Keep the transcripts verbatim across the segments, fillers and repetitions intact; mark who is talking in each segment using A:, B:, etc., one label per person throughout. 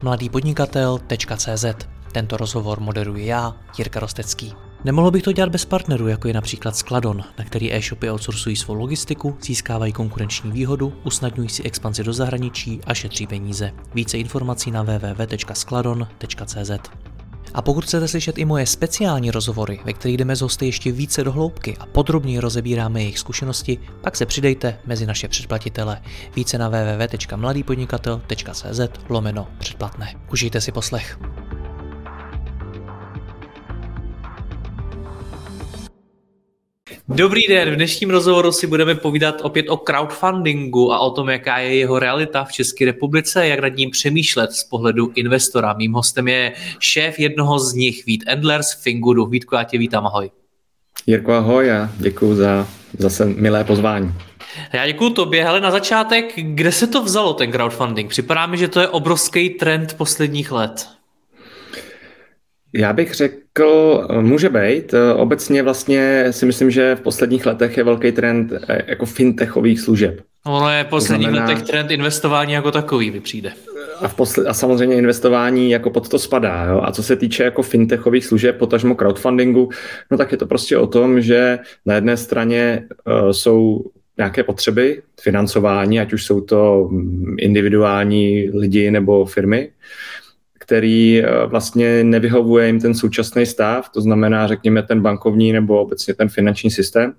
A: mladý podnikatel tečka cé zet. Tento rozhovor moderuji já, Jirka Rostecký. Nemohl bych to dělat bez partnerů, jako je například Skladon, na který e-shopy outsourcují svou logistiku, získávají konkurenční výhodu, usnadňují si expanzi do zahraničí a šetří peníze. Více informací na w w w tečka skladon tečka cé zet. A pokud chcete slyšet i moje speciální rozhovory, ve kterých jdeme s hosty ještě více do hloubky a podrobněji rozebíráme jejich zkušenosti, pak se přidejte mezi naše předplatitele. Více na w w w tečka mladý podnikatel tečka cé zet lomeno předplatné. Užijte si poslech. Dobrý den, v dnešním rozhovoru si budeme povídat opět o crowdfundingu a o tom, jaká je jeho realita v České republice, jak nad ním přemýšlet z pohledu investora. Mým hostem je šéf jednoho z nich, Vít Endler z Fingudu. Vítku, já tě vítám, ahoj.
B: Jirko, ahoj a děkuju za zase milé pozvání.
A: Já děkuju tobě, hele, na začátek, kde se to vzalo ten crowdfunding? Připadá mi, že to je obrovský trend posledních let.
B: Já bych řekl, může být. Obecně vlastně si myslím, že v posledních letech je velký trend jako fintechových služeb.
A: Ono je v posledních znamená, letech trend investování jako takový, mi přijde.
B: A, v posle, a samozřejmě investování jako pod to spadá. Jo? A co se týče jako fintechových služeb, potažmo crowdfundingu, no tak je to prostě o tom, že na jedné straně uh, jsou nějaké potřeby financování, ať už jsou to individuální lidi nebo firmy, který vlastně nevyhovuje jim ten současný stav, to znamená, řekněme, ten bankovní nebo obecně ten finanční systém.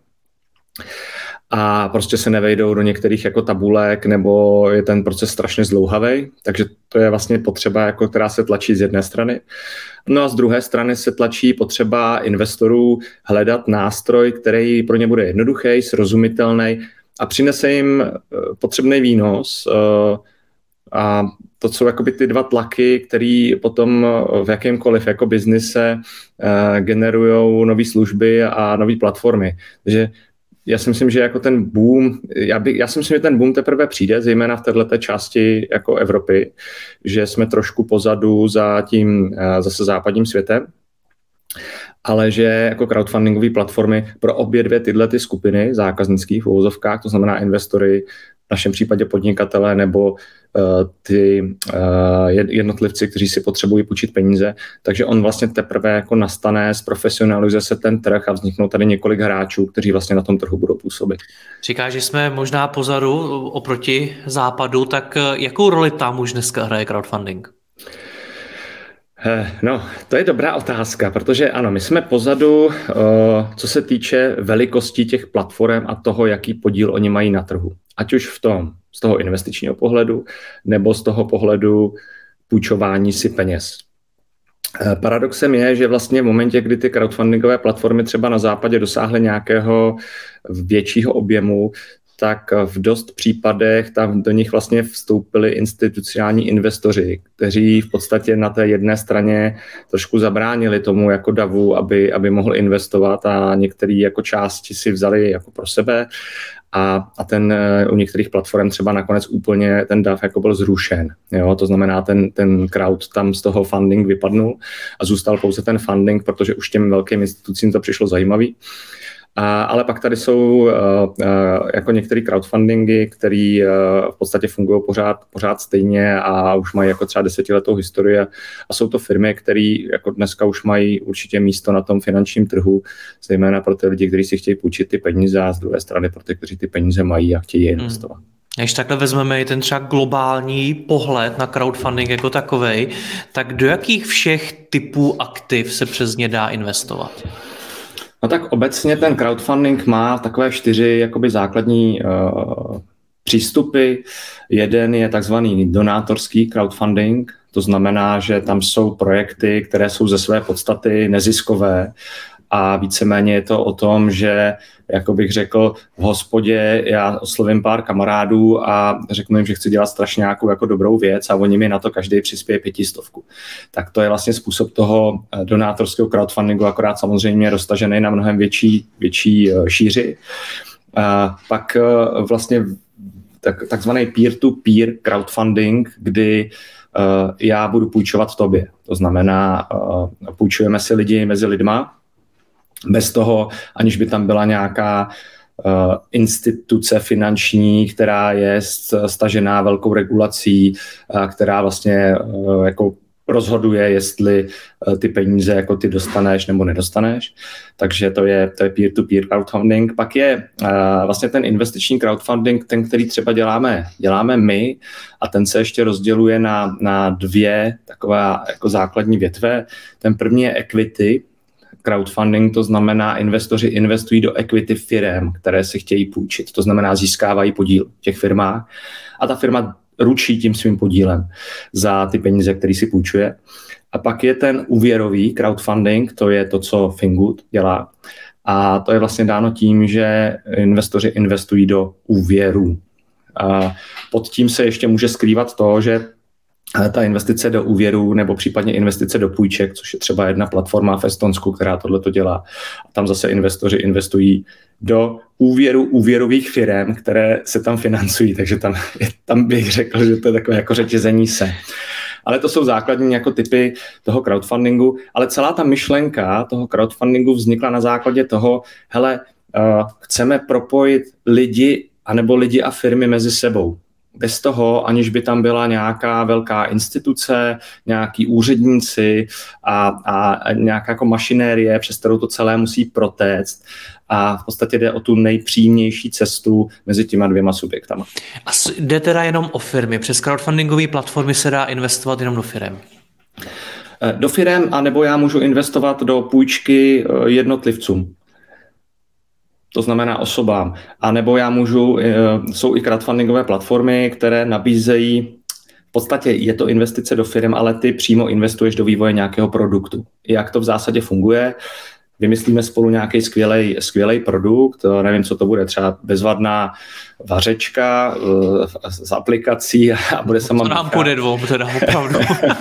B: A prostě se nevejdou do některých jako tabulek, nebo je ten proces strašně zdlouhavý, takže to je vlastně potřeba, jako, která se tlačí z jedné strany. No a z druhé strany se tlačí potřeba investorů hledat nástroj, který pro ně bude jednoduchý, srozumitelný a přinese jim potřebný výnos. A to jsou jakoby ty dva tlaky, které potom v jakémkoliv jako biznise uh, generují nové služby a nové platformy. Takže já si myslím, že jako ten boom, já, by, já si myslím, že ten boom teprve přijde, zejména v této části jako Evropy, že jsme trošku pozadu za tím uh, zase západním světem, ale že jako crowdfundingové platformy pro obě dvě tyhle ty skupiny zákaznických v uvozovkách, to znamená investory, v našem případě podnikatelé nebo uh, ty uh, jednotlivci, kteří si potřebují půjčit peníze. Takže on vlastně teprve jako nastane, zprofesionalizuje se ten trh a vzniknou tady několik hráčů, kteří vlastně na tom trhu budou působit.
A: Říkáš, že jsme možná pozadu oproti západu, tak jakou roli tam už dneska hraje crowdfunding?
B: No, to je dobrá otázka, protože ano, my jsme pozadu, co se týče velikosti těch platform a toho, jaký podíl oni mají na trhu. Ať už v tom, z toho investičního pohledu, nebo z toho pohledu půjčování si peněz. Paradoxem je, že vlastně v momentě, kdy ty crowdfundingové platformy třeba na západě dosáhly nějakého většího objemu, tak v dost případech tam do nich vlastně vstoupili institucionální investoři, kteří v podstatě na té jedné straně trošku zabránili tomu jako davu, aby, aby mohl investovat a některé jako části si vzali jako pro sebe a, a ten u některých platform třeba nakonec úplně ten dav jako byl zrušen. Jo? To znamená, ten, ten crowd tam z toho funding vypadnul a zůstal pouze ten funding, protože už těm velkým institucím to přišlo zajímavý. A, ale pak tady jsou uh, uh, jako některé crowdfundingy, které uh, v podstatě fungují pořád, pořád stejně a už mají jako třeba desetiletou historii a, a jsou to firmy, které jako dneska už mají určitě místo na tom finančním trhu, zejména pro ty lidi, kteří si chtějí půjčit ty peníze a z druhé strany pro ty, kteří ty peníze mají a chtějí je investovat. Hmm.
A: Když takhle vezmeme i ten třeba globální pohled na crowdfunding jako takovej, tak do jakých všech typů aktiv se přes ně dá investovat?
B: No tak obecně ten crowdfunding má takové čtyři jakoby základní uh, přístupy. Jeden je takzvaný donátorský crowdfunding, to znamená, že tam jsou projekty, které jsou ze své podstaty neziskové a víceméně je to o tom, že jako bych řekl, v hospodě já oslovím pár kamarádů a řeknu jim, že chci dělat strašně nějakou jako dobrou věc a oni mi na to každý přispěje pětistovku. Tak to je vlastně způsob toho donátorského crowdfundingu, akorát samozřejmě roztažený na mnohem větší, větší šíři. A pak vlastně tak, takzvaný peer-to-peer crowdfunding, kdy uh, já budu půjčovat tobě. To znamená, uh, půjčujeme si lidi mezi lidma, bez toho, aniž by tam byla nějaká instituce finanční, která je stažená velkou regulací, která vlastně jako rozhoduje, jestli ty peníze jako ty dostaneš nebo nedostaneš. Takže to je, to je peer-to-peer crowdfunding. Pak je uh, vlastně ten investiční crowdfunding, ten, který třeba děláme, děláme my, a ten se ještě rozděluje na, na dvě taková jako základní větve. Ten první je equity crowdfunding, to znamená, investoři investují do equity firem, které si chtějí půjčit. To znamená, získávají podíl v těch firmách a ta firma ručí tím svým podílem za ty peníze, které si půjčuje. A pak je ten úvěrový crowdfunding, to je to, co Fingood dělá. A to je vlastně dáno tím, že investoři investují do úvěrů. A pod tím se ještě může skrývat to, že ta investice do úvěrů nebo případně investice do půjček, což je třeba jedna platforma v Estonsku, která tohleto dělá. A tam zase investoři investují do úvěru úvěrových firem, které se tam financují, takže tam, tam bych řekl, že to je takové jako řetězení se. Ale to jsou základní jako typy toho crowdfundingu, ale celá ta myšlenka toho crowdfundingu vznikla na základě toho, hele, uh, chceme propojit lidi anebo lidi a firmy mezi sebou. Bez toho, aniž by tam byla nějaká velká instituce, nějaký úředníci a, a nějaká jako mašinérie, přes kterou to celé musí protéct. A v podstatě jde o tu nejpříjemnější cestu mezi těma dvěma subjektama.
A: A jde teda jenom o firmy? Přes crowdfundingové platformy se dá investovat jenom do firem?
B: Do firem, anebo já můžu investovat do půjčky jednotlivcům. To znamená osobám. A nebo já můžu, jsou i crowdfundingové platformy, které nabízejí, v podstatě je to investice do firm, ale ty přímo investuješ do vývoje nějakého produktu. Jak to v zásadě funguje? Vymyslíme spolu nějaký skvělej, skvělej produkt, nevím, co to bude, třeba bezvadná vařečka s aplikací a bude sama...
A: To nám půjde dvou, teda opravdu.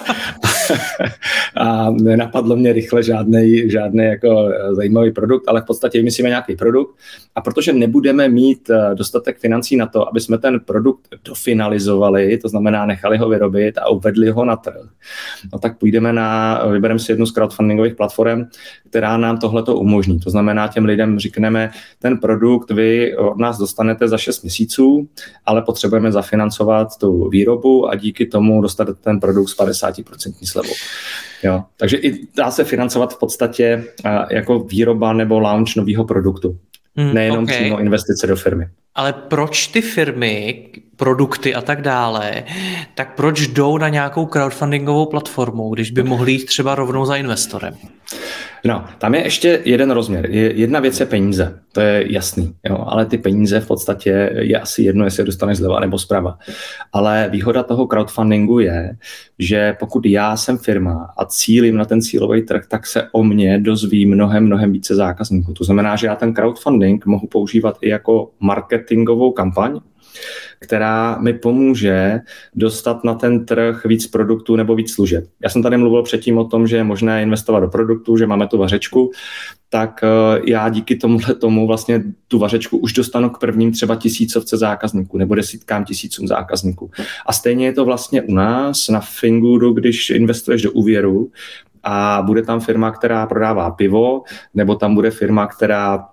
B: A nenapadlo mě rychle žádnej, žádný jako zajímavý produkt, ale v podstatě vymyslíme nějaký produkt a protože nebudeme mít dostatek financí na to, aby jsme ten produkt dofinalizovali, to znamená nechali ho vyrobit a uvedli ho na trh, no tak půjdeme na, vybereme si jednu z crowdfundingových platform, která nám tohleto umožní. To znamená, těm lidem řekneme, ten produkt vy od nás dostanete za šest měsíců, ale potřebujeme zafinancovat tu výrobu a díky tomu dostanete ten produkt s padesát procent slevou. Jo. Takže i dá se financovat v podstatě uh, jako výroba nebo launch nového produktu. Hmm, Nejenom okay. přímo investice do firmy.
A: Ale proč ty firmy, produkty a tak dále, tak proč jdou na nějakou crowdfundingovou platformu, když by mohli jít třeba rovnou za investorem?
B: No, tam je ještě jeden rozměr. Jedna věc je peníze, to je jasný, jo, ale ty peníze v podstatě je asi jedno, jestli je dostaneš zleva nebo zprava. Ale výhoda toho crowdfundingu je, že pokud já jsem firma a cílím na ten cílový trh, tak se o mě dozví mnohem, mnohem více zákazníků. To znamená, že já ten crowdfunding mohu používat i jako marketingovou kampaň, která mi pomůže dostat na ten trh víc produktů nebo víc služeb. Já jsem tady mluvil předtím o tom, že je možné investovat do produktů, že máme tu vařečku, tak já díky tomuhle tomu vlastně tu vařečku už dostanu k prvním třeba tisícovce zákazníků nebo desítkám tisícům zákazníků. A stejně je to vlastně u nás na Fingoodu, když investuješ do úvěru a bude tam firma, která prodává pivo, nebo tam bude firma, která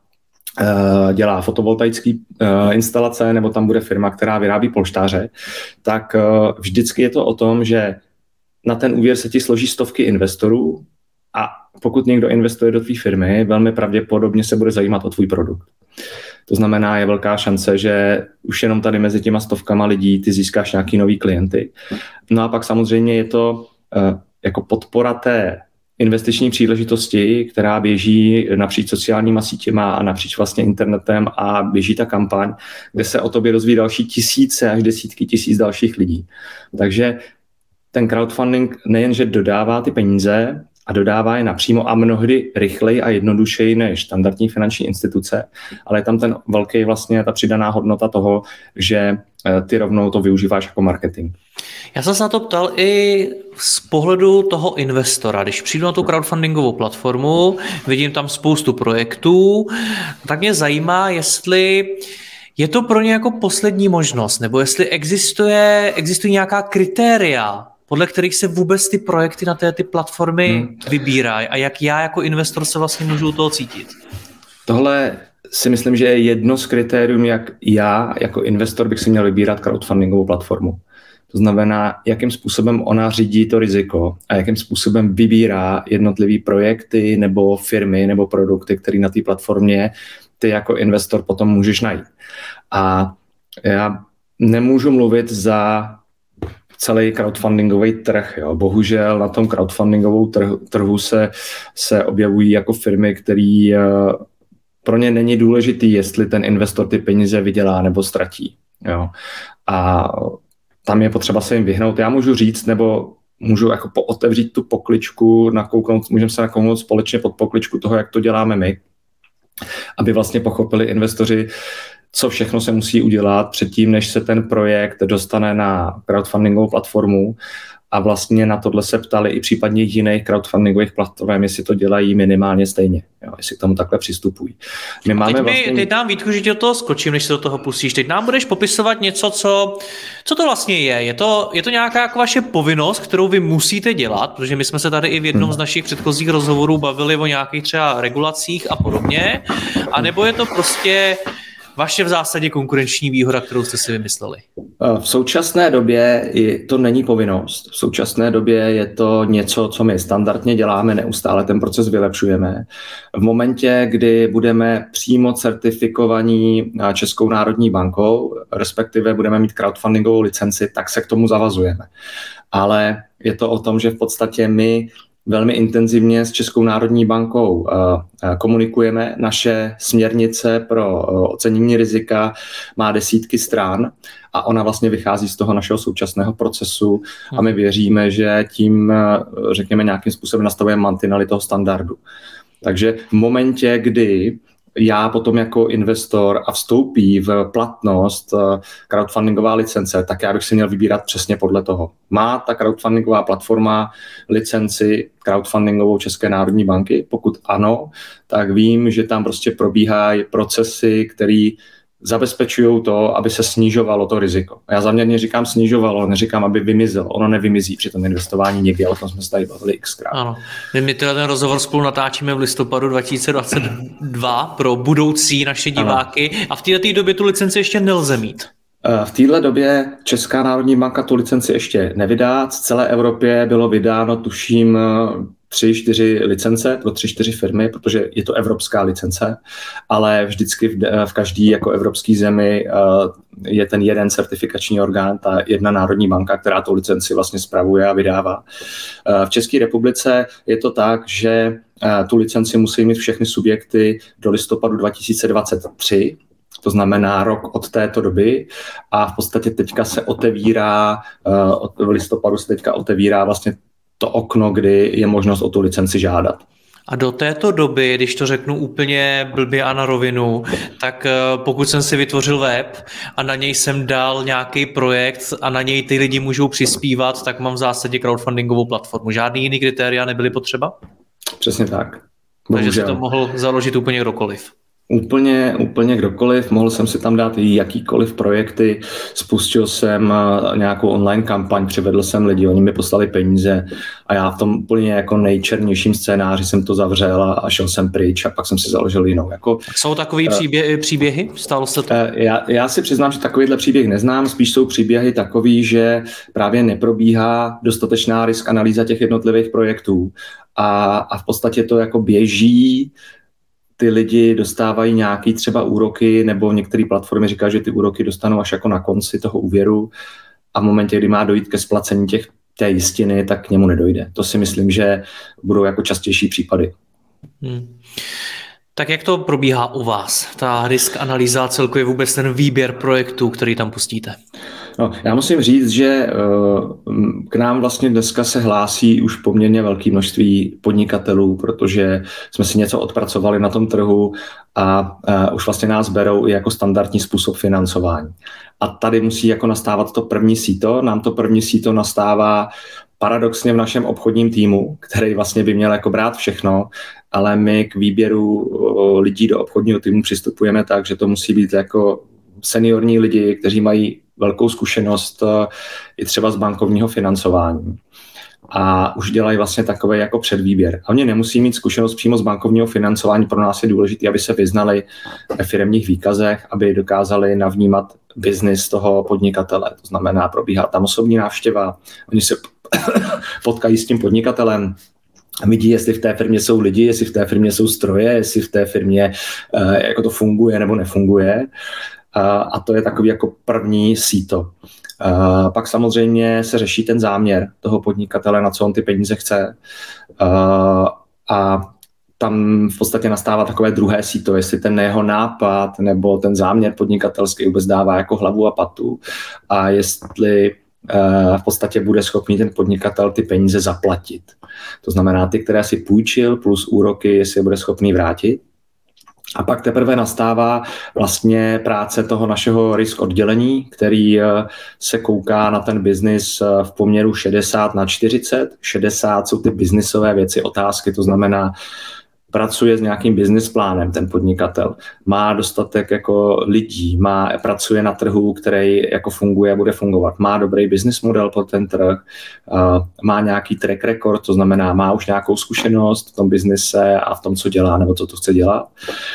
B: dělá fotovoltaické instalace, nebo tam bude firma, která vyrábí polštáře, tak vždycky je to o tom, že na ten úvěr se ti složí stovky investorů a pokud někdo investuje do tvý firmy, velmi pravděpodobně se bude zajímat o tvůj produkt. To znamená, je velká šance, že už jenom tady mezi těma stovkama lidí ty získáš nějaký nový klienty. No a pak samozřejmě je to jako podpora té investiční příležitosti, která běží napříč sociálníma sítěma a napříč vlastně internetem a běží ta kampaň, kde se o tobě dozví další tisíce až desítky tisíc dalších lidí. Takže ten crowdfunding nejenže dodává ty peníze a dodává je napřímo a mnohdy rychleji a jednodušeji než standardní finanční instituce, ale je tam ten velký vlastně ta přidaná hodnota toho, že ty rovnou to využíváš jako marketing.
A: Já jsem se na to ptal i z pohledu toho investora. Když přijdu na tu crowdfundingovou platformu, vidím tam spoustu projektů, tak mě zajímá, jestli je to pro ně jako poslední možnost, nebo jestli existuje, existují nějaká kritéria, podle kterých se vůbec ty projekty na té ty platformy hmm. vybírají a jak já jako investor se vlastně můžu u toho cítit.
B: Tohle si myslím, že je jedno z kritérium, jak já jako investor bych si měl vybírat crowdfundingovou platformu. To znamená, jakým způsobem ona řídí to riziko a jakým způsobem vybírá jednotlivý projekty nebo firmy nebo produkty, které na té platformě ty jako investor potom můžeš najít. A já nemůžu mluvit za celý crowdfundingový trh. Jo. Bohužel na tom crowdfundingovou trhu, trhu se, se objevují jako firmy, které pro ně není důležitý, jestli ten investor ty peníze vydělá nebo ztratí. Jo. A tam je potřeba se jim vyhnout. Já můžu říct, nebo můžu jako otevřít tu pokličku, nakouknout, můžeme se nakouknout společně pod pokličku toho, jak to děláme my, aby vlastně pochopili investoři, co všechno se musí udělat předtím, než se ten projekt dostane na crowdfundingovou platformu. A vlastně na tohle se ptali i případně jiných crowdfundingových platform, jestli to dělají minimálně stejně, jo, jestli k tomu takhle přistupují. My máme
A: teď,
B: vlastně...
A: mi, teď nám, Vítku, že ti do toho skočím, než se do toho pustíš. Teď nám budeš popisovat něco, co, co to vlastně je. Je to, je to nějaká jako vaše povinnost, kterou vy musíte dělat, protože my jsme se tady i v jednom hmm. z našich předchozích rozhovorů bavili o nějakých třeba regulacích a podobně, a nebo je to prostě vaše v zásadě konkurenční výhoda, kterou jste si vymysleli?
B: V současné době to není povinnost. V současné době je to něco, co my standardně děláme, neustále ten proces vylepšujeme. V momentě, kdy budeme přímo certifikovaní Českou národní bankou, respektive budeme mít crowdfundingovou licenci, tak se k tomu zavazujeme. Ale je to o tom, že v podstatě my velmi intenzivně s Českou národní bankou komunikujeme. Naše směrnice pro ocenění rizika má desítky stran a ona vlastně vychází z toho našeho současného procesu a my věříme, že tím, řekněme, nějakým způsobem nastavujeme mantinely toho standardu. Takže v momentě, kdy já potom jako investor a vstoupí v platnost crowdfundingová licence, tak já bych si měl vybírat přesně podle toho. Má ta crowdfundingová platforma licenci crowdfundingovou České národní banky? Pokud ano, tak vím, že tam prostě probíhají procesy, které zabezpečují to, aby se snižovalo to riziko. Já záměrně říkám snižovalo, neříkám, aby vymizelo. Ono nevymizí při tom investování někdy, ale o tom jsme se tady bavili xkrát.
A: Ano. My teda ten rozhovor spolu natáčíme v listopadu dva tisíce dvacet dva pro budoucí naše diváky ano. A v této době tu licenci ještě nelze mít.
B: V této době Česká národní banka tu licenci ještě nevydá. V celé Evropě bylo vydáno, tuším, tři, čtyři licence pro tři, čtyři firmy, protože je to evropská licence, ale vždycky v, v každý jako evropský zemi uh, je ten jeden certifikační orgán, ta jedna národní banka, která tu licenci vlastně spravuje a vydává. Uh, v České republice je to tak, že uh, tu licenci musí mít všechny subjekty do listopadu dva tisíce dvacet tři, to znamená rok od této doby a v podstatě teďka se otevírá, uh, od, v listopadu se teďka otevírá vlastně to okno, kdy je možnost o tu licenci žádat.
A: A do této doby, když to řeknu úplně blbě a na rovinu, tak pokud jsem si vytvořil web a na něj jsem dal nějaký projekt a na něj ty lidi můžou přispívat, tak mám v zásadě crowdfundingovou platformu. Žádný jiný kritéria nebyly potřeba?
B: Přesně tak.
A: Bohužel. Takže si to mohl založit úplně kdokoliv.
B: Úplně, úplně kdokoliv, mohl jsem si tam dát jakýkoliv projekty, spustil jsem nějakou online kampaň, přivedl jsem lidi, oni mi poslali peníze a já v tom úplně jako nejčernějším scénáři jsem to zavřel a šel jsem pryč a pak jsem si založil jinou. Jako,
A: jsou takový příběhy, příběhy? Stalo se to?
B: Já, já si přiznám, že takovýhle příběh neznám, spíš jsou příběhy takový, že právě neprobíhá dostatečná risk analýza těch jednotlivých projektů a, a v podstatě to jako běží. Ty lidi dostávají nějaký třeba úroky, nebo některé platformy říkají, že ty úroky dostanou až jako na konci toho úvěru a v momentě, kdy má dojít ke splacení těch, té jistiny, tak k němu nedojde. To si myslím, že budou jako častější případy. Hmm.
A: Tak jak to probíhá u vás? Ta risk analýza, celkově vůbec ten výběr projektů, který tam pustíte?
B: No, já musím říct, že k nám vlastně dneska se hlásí už poměrně velké množství podnikatelů, protože jsme si něco odpracovali na tom trhu a už vlastně nás berou i jako standardní způsob financování. A tady musí jako nastávat to první síto. Nám to první síto nastává paradoxně v našem obchodním týmu, který vlastně by měl jako brát všechno, ale my k výběru lidí do obchodního týmu přistupujeme tak, že to musí být jako seniorní lidi, kteří mají velkou zkušenost i třeba z bankovního financování. a už dělají vlastně takový jako předvýběr. A oni nemusí mít zkušenost přímo z bankovního financování, pro nás je důležité, aby se vyznali ve firemních výkazech, aby dokázali navnímat biznis toho podnikatele. To znamená, probíhá tam osobní návštěva, oni se potkají s tím podnikatelem, vidí, jestli v té firmě jsou lidi, jestli v té firmě jsou stroje, jestli v té firmě jako to funguje nebo nefunguje. A to je takový jako první síto. Uh, pak samozřejmě se řeší ten záměr toho podnikatele, na co on ty peníze chce. Uh, a tam v podstatě nastává takové druhé síto, jestli ten jeho nápad nebo ten záměr podnikatelský vůbec dává jako hlavu a patu a jestli uh, v podstatě bude schopný ten podnikatel ty peníze zaplatit. To znamená ty, které si půjčil plus úroky, jestli je bude schopný vrátit. A pak teprve nastává vlastně práce toho našeho risk oddělení, který se kouká na ten biznis v poměru šedesát na čtyřicet. šedesát jsou ty biznisové věci, otázky, to znamená, pracuje s nějakým business plánem ten podnikatel, má dostatek jako lidí, má, pracuje na trhu, který jako funguje a bude fungovat, má dobrý business model pro ten trh, má nějaký track record, to znamená, má už nějakou zkušenost v tom biznise a v tom, co dělá nebo co to chce dělat.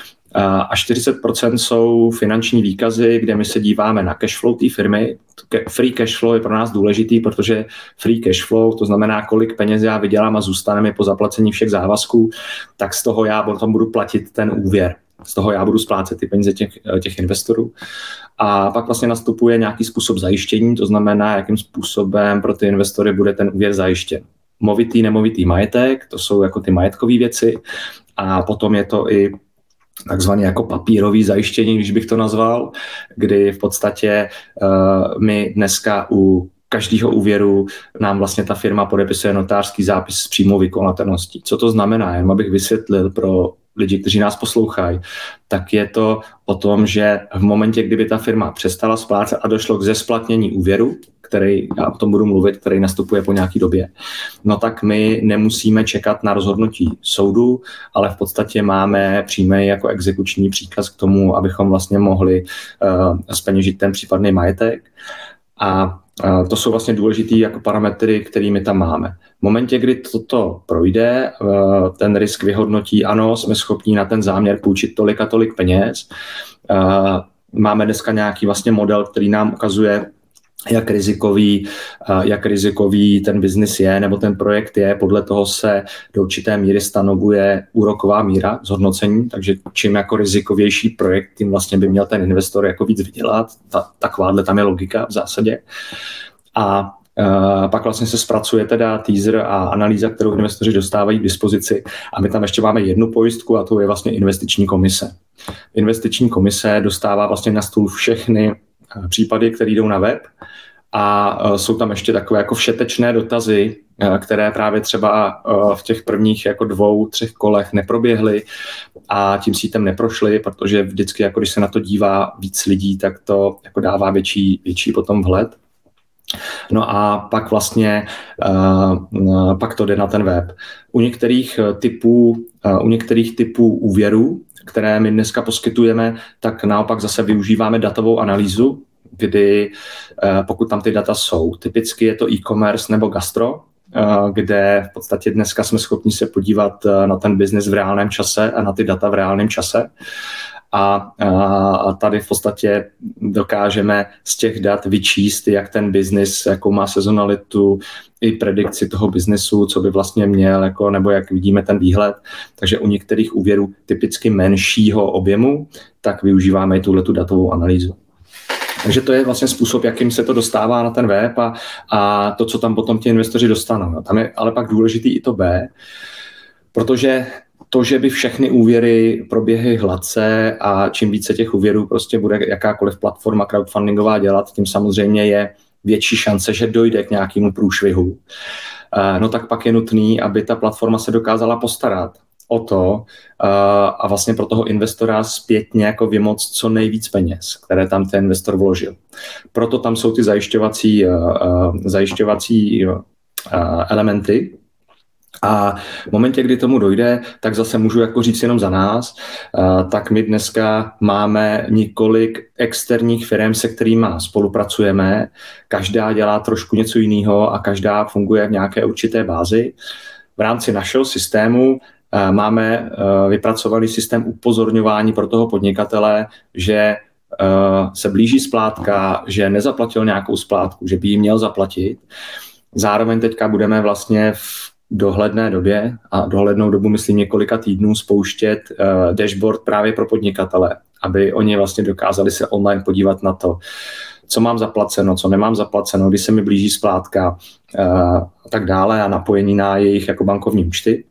B: A čtyřicet procent jsou finanční výkazy, kde my se díváme na cash flow té firmy. Free cash flow je pro nás důležitý, protože free cash flow, to znamená, kolik peněz já vydělám a zůstane mi po zaplacení všech závazků, tak z toho já potom budu platit ten úvěr. Z toho já budu splácet ty peníze těch, těch investorů. A pak vlastně nastupuje nějaký způsob zajištění, to znamená, jakým způsobem pro ty investory bude ten úvěr zajištěn. Movitý, nemovitý majetek, to jsou jako ty majetkové věci. A potom je to i takzvané jako papírový zajištění, když bych to nazval, kdy v podstatě uh, my dneska u každého úvěru nám vlastně ta firma podepisuje notářský zápis s přímou vykonatelností. Co to znamená? Jen abych vysvětlil pro lidi, kteří nás poslouchají, tak je to o tom, že v momentě, kdyby ta firma přestala splácet a došlo k zesplatnění úvěru, který, já o tom budu mluvit, který nastupuje po nějaký době, no tak my nemusíme čekat na rozhodnutí soudu, ale v podstatě máme přímý jako exekuční příkaz k tomu, abychom vlastně mohli uh, zpeněžit ten případný majetek. A uh, to jsou vlastně důležitý jako parametry, kterými tam máme. V momentě, kdy toto projde, uh, ten risk vyhodnotí, ano, jsme schopni na ten záměr půjčit tolik a tolik peněz. Uh, máme dneska nějaký vlastně model, který nám ukazuje, jak rizikový, jak rizikový ten biznis je, nebo ten projekt je, podle toho se do určité míry stanovuje úroková míra zhodnocení, takže čím jako rizikovější projekt, tím vlastně by měl ten investor jako víc vydělat, Ta, takováhle tam je logika v zásadě. A Uh, pak vlastně se zpracuje teda teaser a analýza, kterou investoři dostávají k dispozici a my tam ještě máme jednu pojistku a to je vlastně investiční komise. Investiční komise dostává vlastně na stůl všechny případy, které jdou na web a jsou tam ještě takové jako všetečné dotazy, které právě třeba v těch prvních jako dvou, třech kolech neproběhly a tím sítem neprošly, protože vždycky, jako když se na to dívá víc lidí, tak to jako dává větší, větší potom vhled. No a pak vlastně uh, pak to jde na ten web. U některých typů, uh, u některých typů úvěrů, které my dneska poskytujeme, tak naopak zase využíváme datovou analýzu, kdy uh, pokud tam ty data jsou, typicky je to e-commerce nebo gastro, uh, kde v podstatě dneska jsme schopni se podívat uh, na ten biznis v reálném čase a na ty data v reálném čase. A, a tady v podstatě dokážeme z těch dat vyčíst, jak ten biznis, jakou má sezonalitu, i predikci toho biznesu, co by vlastně měl, jako, nebo jak vidíme ten výhled. Takže u některých úvěrů typicky menšího objemu, tak využíváme i tuhletu datovou analýzu. Takže to je vlastně způsob, jakým se to dostává na ten web a, a to, co tam potom ti investoři dostanou. Tam je ale pak důležitý i to B, protože to, že by všechny úvěry proběhly hladce a čím více těch úvěrů prostě bude jakákoliv platforma crowdfundingová dělat, tím samozřejmě je větší šance, že dojde k nějakému průšvihu. No tak pak je nutný, aby ta platforma se dokázala postarat o to a vlastně pro toho investora zpětně jako vymoct co nejvíc peněz, které tam ten investor vložil. Proto tam jsou ty zajišťovací, zajišťovací elementy, A v momentě, kdy tomu dojde, tak zase můžu jako říct jenom za nás, tak my dneska máme několik externích firm, se kterými spolupracujeme. Každá dělá trošku něco jiného a každá funguje v nějaké určité bázi. V rámci našeho systému máme vypracovaný systém upozorňování pro toho podnikatele, že se blíží splátka, že nezaplatil nějakou splátku, že by ji měl zaplatit. Zároveň teďka budeme vlastně v dohledné době, a dohlednou dobu myslím několika týdnů, spouštět uh, dashboard právě pro podnikatele, aby oni vlastně dokázali se online podívat na to, co mám zaplaceno, co nemám zaplaceno, kdy se mi blíží splátka uh, a tak dále a napojení na jejich jako bankovní účty.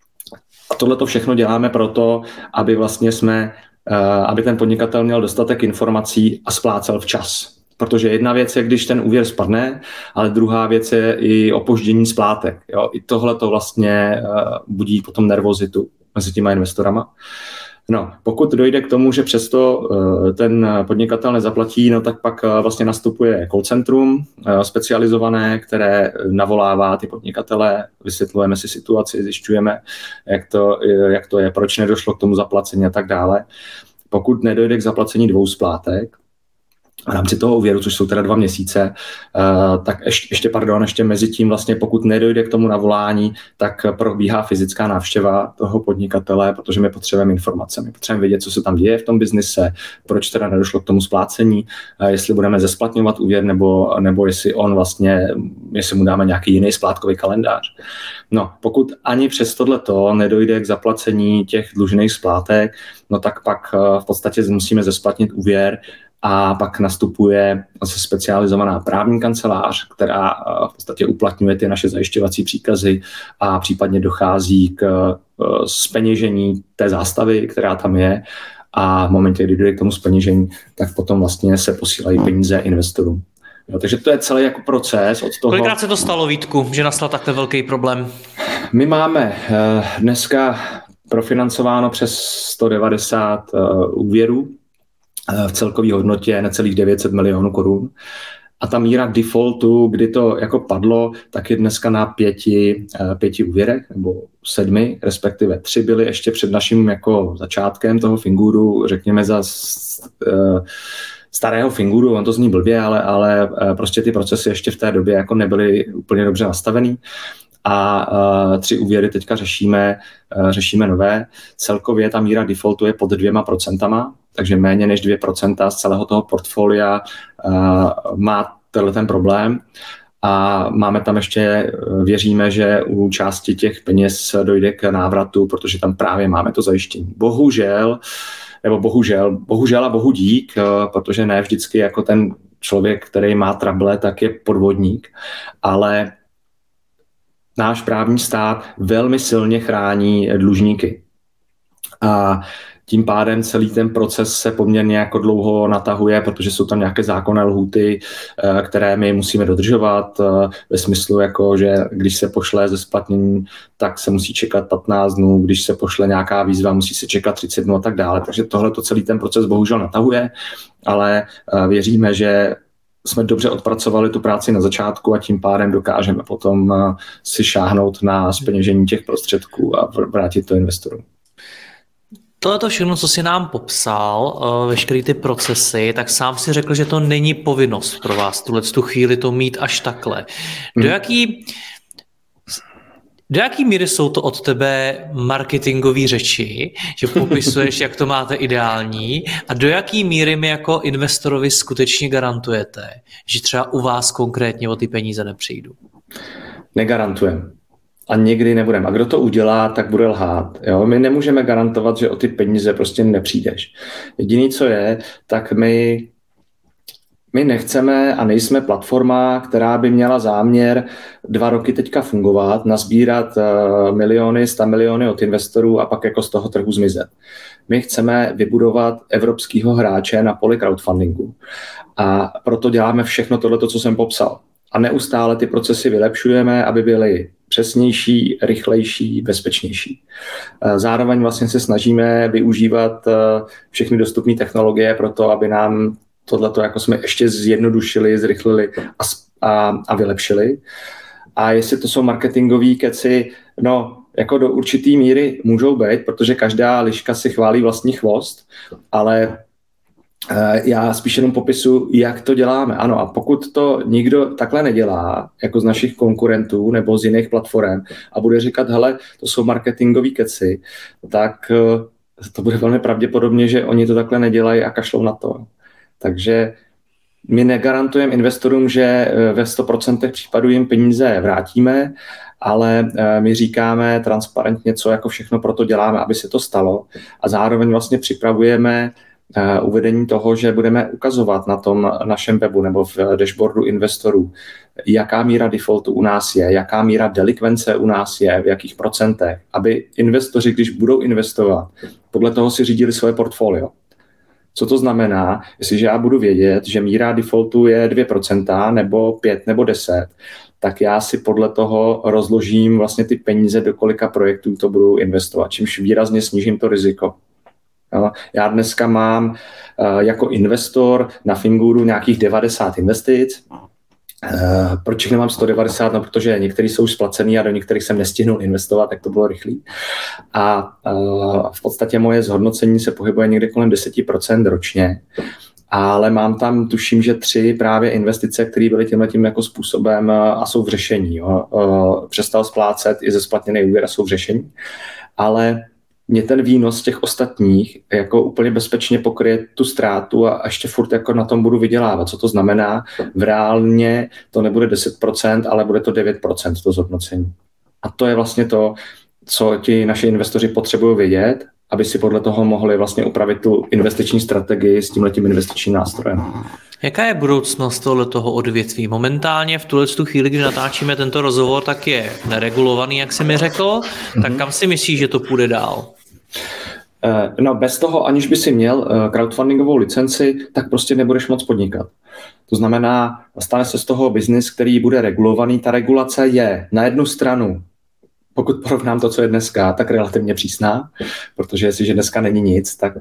B: A tohle to všechno děláme proto, aby vlastně jsme, uh, aby ten podnikatel měl dostatek informací a splácel včas. Protože jedna věc je, když ten úvěr spadne, ale druhá věc je i opoždění splátek. Jo? I tohle to vlastně uh, budí potom nervozitu mezi těma investorama. No, pokud dojde k tomu, že přesto uh, ten podnikatel nezaplatí, no tak pak uh, vlastně nastupuje call centrum uh, specializované, které navolává ty podnikatele, vysvětlujeme si situaci, zjišťujeme, jak to, jak to je, proč nedošlo k tomu zaplacení a tak dále. Pokud nedojde k zaplacení dvou splátek, v rámci toho úvěru, což jsou teda dva měsíce, tak ještě, ještě, pardon, ještě mezi tím vlastně, pokud nedojde k tomu navolání, tak probíhá fyzická návštěva toho podnikatele, protože my potřebujeme informace, my potřebujeme vědět, co se tam děje v tom biznise, proč teda nedošlo k tomu splácení, jestli budeme zesplatňovat úvěr, nebo, nebo jestli on vlastně, jestli mu dáme nějaký jiný splátkový kalendář. No, pokud ani přes tohleto nedojde k zaplacení těch dlužných splátek, no tak pak v podstatě musíme zesplatnit úvěr. A pak nastupuje zase specializovaná právní kancelář, která v podstatě uplatňuje ty naše zajišťovací příkazy a případně dochází k zpeněžení té zástavy, která tam je. A v momentě, kdy dojde k tomu zpeněžení, tak potom vlastně se posílají peníze investorům. Jo, takže to je celý jako proces od toho.
A: Kolikrát se to stalo, Vítku, že nastal takhle velký problém?
B: My máme dneska profinancováno přes sto devadesát úvěrů v celkové hodnotě necelých devět set milionů korun. A ta míra defaultu, kdy to jako padlo, tak je dneska na pěti, pěti úvěrech, nebo sedmi, respektive tři byly ještě před naším jako začátkem toho Finguru, řekněme za starého Finguru, on to zní blbě, ale, ale prostě ty procesy ještě v té době jako nebyly úplně dobře nastavený. A uh, tři úvěry teďka řešíme, uh, řešíme nové. Celkově ta míra defaultu je pod dvěma procentama, takže méně než dvě procenta z celého toho portfolia uh, má tenhle ten problém. A máme tam ještě, věříme, že u části těch peněz dojde k návratu, protože tam právě máme to zajištění. Bohužel, nebo bohužel, bohužel a bohu dík, uh, protože ne vždycky jako ten člověk, který má trable, tak je podvodník, ale náš právní stát velmi silně chrání dlužníky. A tím pádem celý ten proces se poměrně jako dlouho natahuje, protože jsou tam nějaké zákonné lhůty, které my musíme dodržovat ve smyslu, jako, že když se pošle ze splatnění, tak se musí čekat patnáct dnů, když se pošle nějaká výzva, musí se čekat třicet dnů a tak dále. Takže tohle to celý ten proces bohužel natahuje, ale věříme, že jsme dobře odpracovali tu práci na začátku a tím pádem dokážeme potom si šáhnout na zpeněžení těch prostředků a vrátit to investorům.
A: Tohle všechno, co jsi nám popsal, veškeré ty procesy, tak sám si řekl, že to není povinnost pro vás tuhle tu chvíli to mít až takhle. Do hmm. jaký... Do jaký míry jsou to od tebe marketingové řeči, že popisuješ, jak to máte ideální, a do jaký míry mi jako investorovi skutečně garantujete, že třeba u vás konkrétně o ty peníze nepřijdu?
B: Negarantujeme. A nikdy nebudeme. A kdo to udělá, tak bude lhát. Jo? My nemůžeme garantovat, že o ty peníze prostě nepřijdeš. Jediné, co je, tak my... My nechceme a nejsme platforma, která by měla záměr dva roky teďka fungovat, nazbírat uh, miliony, sta miliony od investorů a pak jako z toho trhu zmizet. My chceme vybudovat evropského hráče na poli crowdfundingu a proto děláme všechno tohleto, co jsem popsal. A neustále ty procesy vylepšujeme, aby byly přesnější, rychlejší, bezpečnější. Zároveň vlastně se snažíme využívat všechny dostupné technologie pro to, aby nám tohleto jako jsme ještě zjednodušili, zrychlili a, a, a vylepšili. A jestli to jsou marketingový keci, no jako do určitý míry můžou být, protože každá liška si chválí vlastní chvost, ale já spíš jenom popisu, jak to děláme. Ano, a pokud to nikdo takhle nedělá, jako z našich konkurentů nebo z jiných platform a bude říkat, hele, to jsou marketingový keci, tak to bude velmi pravděpodobně, že oni to takhle nedělají a kašlou na to. Takže my negarantujeme investorům, že ve sto procent případů jim peníze vrátíme, ale my říkáme transparentně, co jako všechno pro to děláme, aby se to stalo, a zároveň vlastně připravujeme uvedení toho, že budeme ukazovat na tom našem webu nebo v dashboardu investorů, jaká míra defaultu u nás je, jaká míra delikvence u nás je, v jakých procentech, aby investoři, když budou investovat, podle toho si řídili svoje portfolio. Co to znamená? Jestliže já budu vědět, že míra defaultu je dvě procenta nebo pět nebo deset, tak já si podle toho rozložím vlastně ty peníze, do kolika projektů to budu investovat, čímž výrazně snížím to riziko. Já dneska mám jako investor na Fingoodu nějakých devadesát investic. Proč jich nemám sto devadesát? No, protože některý jsou splacený a do některých jsem nestihnul investovat, tak to bylo rychlý. A v podstatě moje zhodnocení se pohybuje někde kolem deset procent ročně. Ale mám tam, tuším, že tři právě investice, které byly tímhletím jako způsobem a jsou v řešení. Jo. Přestal splácet i ze splatněný úvěr a jsou v řešení. Ale mě ten výnos těch ostatních jako úplně bezpečně pokryje tu ztrátu a ještě furt jako na tom budu vydělávat. Co to znamená? V reálně to nebude deset procent, ale bude to devět procent to zhodnocení. A to je vlastně to, co ti naši investoři potřebují vědět, aby si podle toho mohli vlastně upravit tu investiční strategii s tímhletím investičním nástrojem.
A: Jaká je budoucnost tohoto odvětví? Momentálně v tuhle chvíli, když natáčíme tento rozhovor, tak je neregulovaný, jak jsi mi řekl. Mm-hmm. Tak kam si myslíš, že to půjde dál?
B: No bez toho, aniž by si měl crowdfundingovou licenci, tak prostě nebudeš moc podnikat. To znamená, stane se z toho biznis, který bude regulovaný. Ta regulace je na jednu stranu, pokud porovnám to, co je dneska, tak relativně přísná, protože jestliže dneska není nic, tak,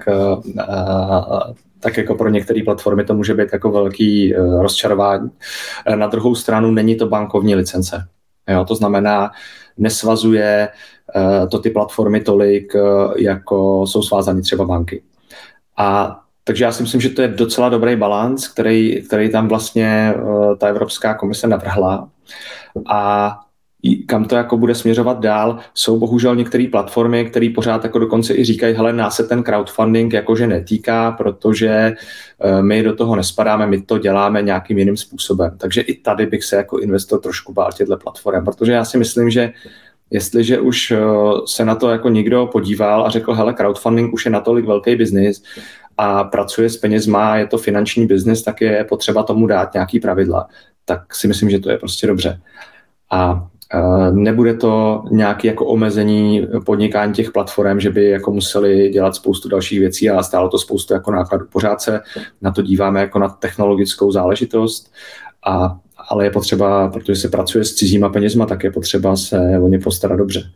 B: tak jako pro některé platformy to může být jako velký rozčarování. Na druhou stranu není to bankovní licence. Jo, to znamená, nesvazuje to ty platformy tolik, jako jsou svázány třeba banky. A takže já si myslím, že to je docela dobrý balanc, který, který tam vlastně ta Evropská komise navrhla. A kam to jako bude směřovat dál, jsou bohužel některé platformy, které pořád jako dokonce i říkají, hele, nás se ten crowdfunding jakože netýká, protože my do toho nespadáme, my to děláme nějakým jiným způsobem. Takže i tady bych se jako investor trošku bál těchto platform, protože já si myslím, že jestliže už se na to jako někdo podíval a řekl, hele, crowdfunding už je natolik velký biznis a pracuje s penězma, je to finanční biznis, tak je potřeba tomu dát nějaký pravidla. Tak si myslím, že to je prostě dobře. A nebude to nějaké jako omezení podnikání těch platform, že by jako museli dělat spoustu dalších věcí a stálo to spoustu jako nákladů. Pořád se na to díváme jako na technologickou záležitost, a, ale je potřeba, protože se pracuje s cizíma penězma, tak je potřeba se o ně postarat dobře.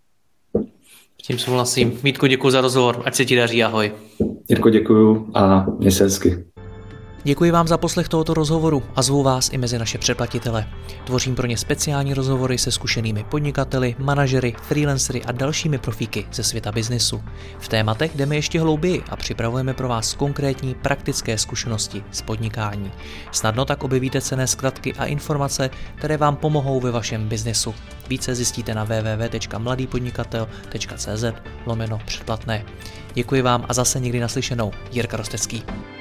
A: Tím souhlasím. Vítku, děkuji za rozhovor. Ať se ti daří, ahoj.
B: Jirko, děkuju a měj se hezky.
A: Děkuji vám za poslech tohoto rozhovoru a zvu vás i mezi naše předplatitele. Tvořím pro ně speciální rozhovory se zkušenými podnikateli, manažery, freelancery a dalšími profíky ze světa biznisu. V tématech jdeme ještě hlouběji a připravujeme pro vás konkrétní praktické zkušenosti z podnikání. Snadno tak objevíte cenné zkratky a informace, které vám pomohou ve vašem biznesu. Více zjistíte na w w w tečka mladý podnikatel tečka c z lomeno předplatné. Děkuji vám a zase někdy naslyšenou. Jirka Rostecký.